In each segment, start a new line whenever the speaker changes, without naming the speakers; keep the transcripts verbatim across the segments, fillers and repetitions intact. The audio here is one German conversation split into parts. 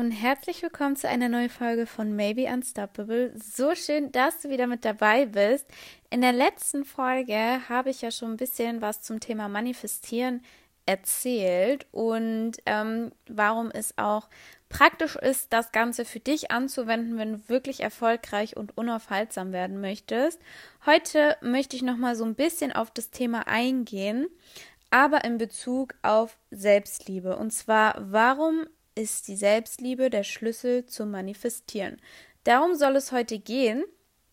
und herzlich willkommen zu einer neuen Folge von Maybe Unstoppable. So schön, dass du wieder mit dabei bist. In der letzten Folge habe ich ja schon ein bisschen was zum Thema Manifestieren erzählt und ähm, warum es auch praktisch ist, das Ganze für dich anzuwenden, wenn du wirklich erfolgreich und unaufhaltsam werden möchtest. Heute möchte ich nochmal so ein bisschen auf das Thema eingehen, aber in Bezug auf Selbstliebe. Und zwar, warum ist die Selbstliebe der Schlüssel zum Manifestieren? Darum soll es heute gehen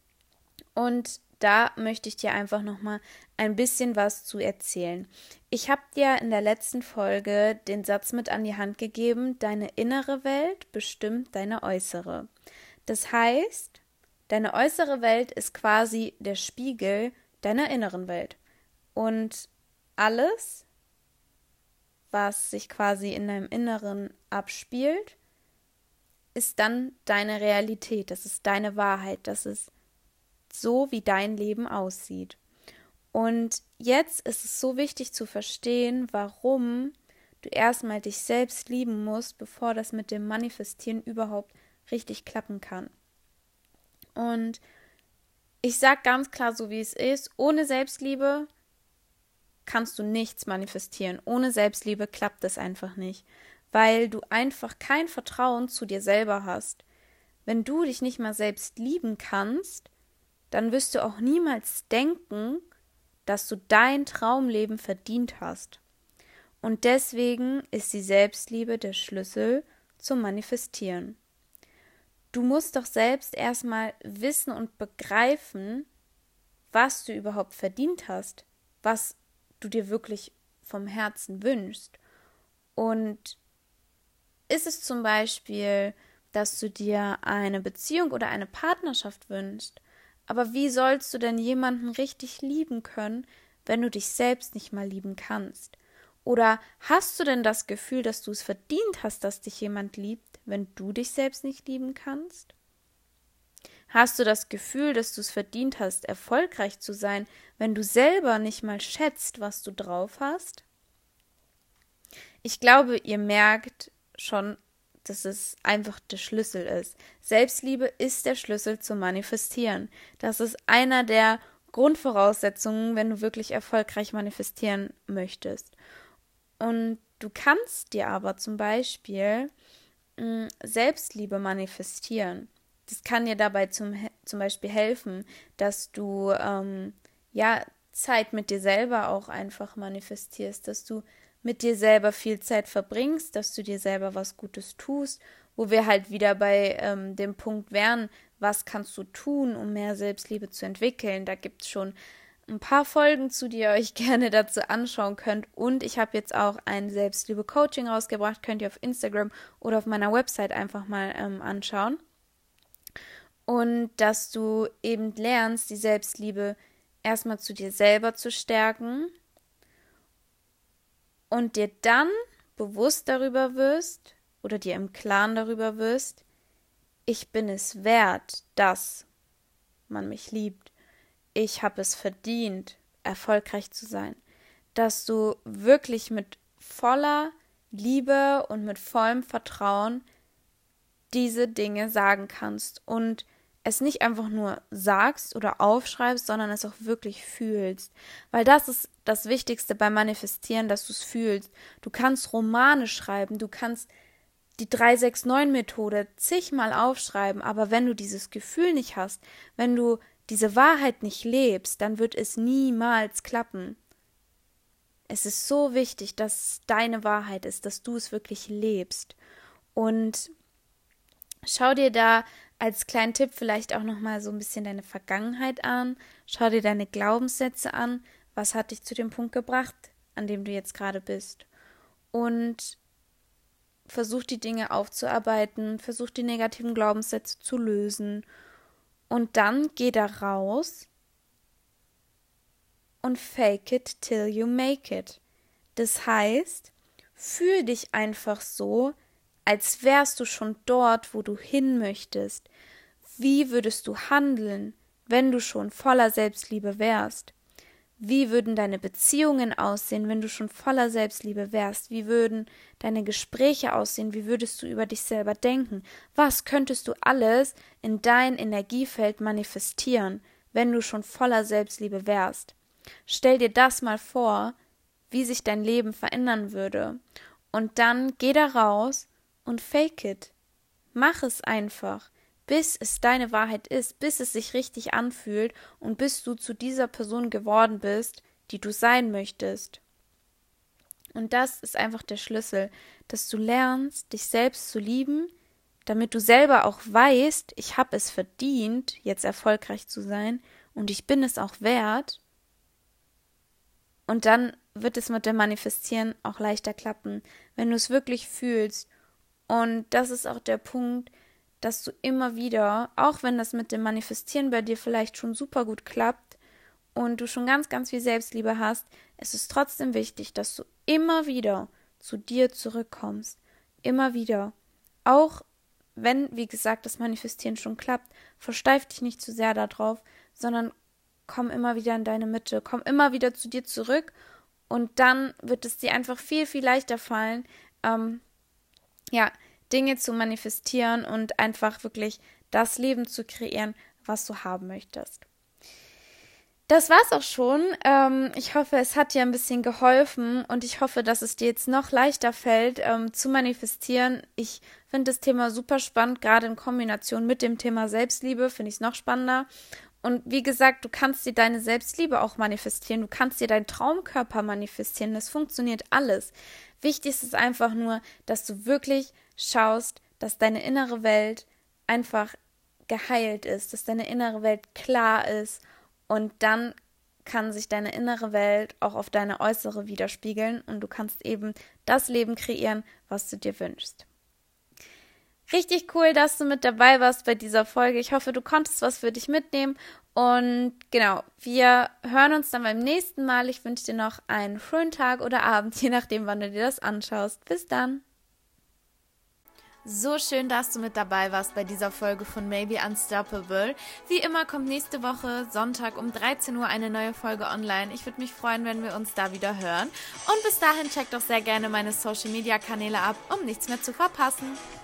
und da möchte ich dir einfach nochmal ein bisschen was zu erzählen. Ich habe dir in der letzten Folge den Satz mit an die Hand gegeben, deine innere Welt bestimmt deine äußere. Das heißt, deine äußere Welt ist quasi der Spiegel deiner inneren Welt. Und alles, was sich quasi in deinem Inneren abspielt, ist dann deine Realität, das ist deine Wahrheit, das ist so, wie dein Leben aussieht. Und jetzt ist es so wichtig zu verstehen, warum du erstmal dich selbst lieben musst, bevor das mit dem Manifestieren überhaupt richtig klappen kann. Und ich sage ganz klar, so wie es ist, ohne Selbstliebe kannst du nichts manifestieren. Ohne Selbstliebe klappt es einfach nicht, weil du einfach kein Vertrauen zu dir selber hast. Wenn du dich nicht mal selbst lieben kannst, dann wirst du auch niemals denken, dass du dein Traumleben verdient hast. Und deswegen ist die Selbstliebe der Schlüssel zum Manifestieren. Du musst doch selbst erstmal wissen und begreifen, was du überhaupt verdient hast, was du dir wirklich vom Herzen wünschst. Und ist es zum Beispiel, dass du dir eine Beziehung oder eine Partnerschaft wünschst, aber wie sollst du denn jemanden richtig lieben können, wenn du dich selbst nicht mal lieben kannst? Oder hast du denn das Gefühl, dass du es verdient hast, dass dich jemand liebt, wenn du dich selbst nicht lieben kannst? Hast du das Gefühl, dass du es verdient hast, erfolgreich zu sein, wenn du selber nicht mal schätzt, was du drauf hast? Ich glaube, ihr merkt schon, dass es einfach der Schlüssel ist. Selbstliebe ist der Schlüssel zum Manifestieren. Das ist einer der Grundvoraussetzungen, wenn du wirklich erfolgreich manifestieren möchtest. Und du kannst dir aber zum Beispiel mh, Selbstliebe manifestieren. Das kann dir dabei zum, zum Beispiel helfen, dass du ähm, ja Zeit mit dir selber auch einfach manifestierst, dass du mit dir selber viel Zeit verbringst, dass du dir selber was Gutes tust, wo wir halt wieder bei ähm, dem Punkt wären, was kannst du tun, um mehr Selbstliebe zu entwickeln. Da gibt es schon ein paar Folgen zu, die ihr euch gerne dazu anschauen könnt. Und ich habe jetzt auch ein Selbstliebe-Coaching rausgebracht, könnt ihr auf Instagram oder auf meiner Website einfach mal ähm, anschauen. Und dass du eben lernst, die Selbstliebe erstmal zu dir selber zu stärken und dir dann bewusst darüber wirst oder dir im Klaren darüber wirst, ich bin es wert, dass man mich liebt. Ich habe es verdient, erfolgreich zu sein. Dass du wirklich mit voller Liebe und mit vollem Vertrauen diese Dinge sagen kannst und es nicht einfach nur sagst oder aufschreibst, sondern es auch wirklich fühlst. Weil das ist das Wichtigste beim Manifestieren, dass du es fühlst. Du kannst Romane schreiben, du kannst die drei sechs neun Methode zigmal aufschreiben, aber wenn du dieses Gefühl nicht hast, wenn du diese Wahrheit nicht lebst, dann wird es niemals klappen. Es ist so wichtig, dass es deine Wahrheit ist, dass du es wirklich lebst. Und schau dir da als kleinen Tipp vielleicht auch nochmal so ein bisschen deine Vergangenheit an. Schau dir deine Glaubenssätze an. Was hat dich zu dem Punkt gebracht, an dem du jetzt gerade bist? Und versuch die Dinge aufzuarbeiten, versuch die negativen Glaubenssätze zu lösen. Und dann geh da raus und fake it till you make it. Das heißt, fühl dich einfach so, als wärst du schon dort, wo du hin möchtest. Wie würdest du handeln, wenn du schon voller Selbstliebe wärst? Wie würden deine Beziehungen aussehen, wenn du schon voller Selbstliebe wärst? Wie würden deine Gespräche aussehen? Wie würdest du über dich selber denken? Was könntest du alles in dein Energiefeld manifestieren, wenn du schon voller Selbstliebe wärst? Stell dir das mal vor, wie sich dein Leben verändern würde. Und dann geh da raus und fake it. Mach es einfach, bis es deine Wahrheit ist, bis es sich richtig anfühlt und bis du zu dieser Person geworden bist, die du sein möchtest. Und das ist einfach der Schlüssel, dass du lernst, dich selbst zu lieben, damit du selber auch weißt, ich habe es verdient, jetzt erfolgreich zu sein und ich bin es auch wert. Und dann wird es mit dem Manifestieren auch leichter klappen, wenn du es wirklich fühlst. Und das ist auch der Punkt, dass du immer wieder, auch wenn das mit dem Manifestieren bei dir vielleicht schon super gut klappt und du schon ganz, ganz viel Selbstliebe hast, es ist trotzdem wichtig, dass du immer wieder zu dir zurückkommst. Immer wieder. Auch wenn, wie gesagt, das Manifestieren schon klappt, versteif dich nicht zu sehr darauf, sondern komm immer wieder in deine Mitte, komm immer wieder zu dir zurück und dann wird es dir einfach viel, viel leichter fallen, ähm, ja, Dinge zu manifestieren und einfach wirklich das Leben zu kreieren, was du haben möchtest. Das war's auch schon. Ähm, ich hoffe, es hat dir ein bisschen geholfen und ich hoffe, dass es dir jetzt noch leichter fällt, ähm, zu manifestieren. Ich finde das Thema super spannend, gerade in Kombination mit dem Thema Selbstliebe finde ich es noch spannender. Und wie gesagt, du kannst dir deine Selbstliebe auch manifestieren, du kannst dir deinen Traumkörper manifestieren, das funktioniert alles. Wichtig ist es einfach nur, dass du wirklich schaust, dass deine innere Welt einfach geheilt ist, dass deine innere Welt klar ist und dann kann sich deine innere Welt auch auf deine äußere widerspiegeln und du kannst eben das Leben kreieren, was du dir wünschst. Richtig cool, dass du mit dabei warst bei dieser Folge. Ich hoffe, du konntest was für dich mitnehmen. Und genau, wir hören uns dann beim nächsten Mal. Ich wünsche dir noch einen schönen Tag oder Abend, je nachdem, wann du dir das anschaust. Bis dann. So schön, dass du mit dabei warst bei dieser Folge von Maybe Unstoppable. Wie immer kommt nächste Woche Sonntag um dreizehn Uhr eine neue Folge online. Ich würde mich freuen, wenn wir uns da wieder hören. Und bis dahin check doch sehr gerne meine Social Media Kanäle ab, um nichts mehr zu verpassen.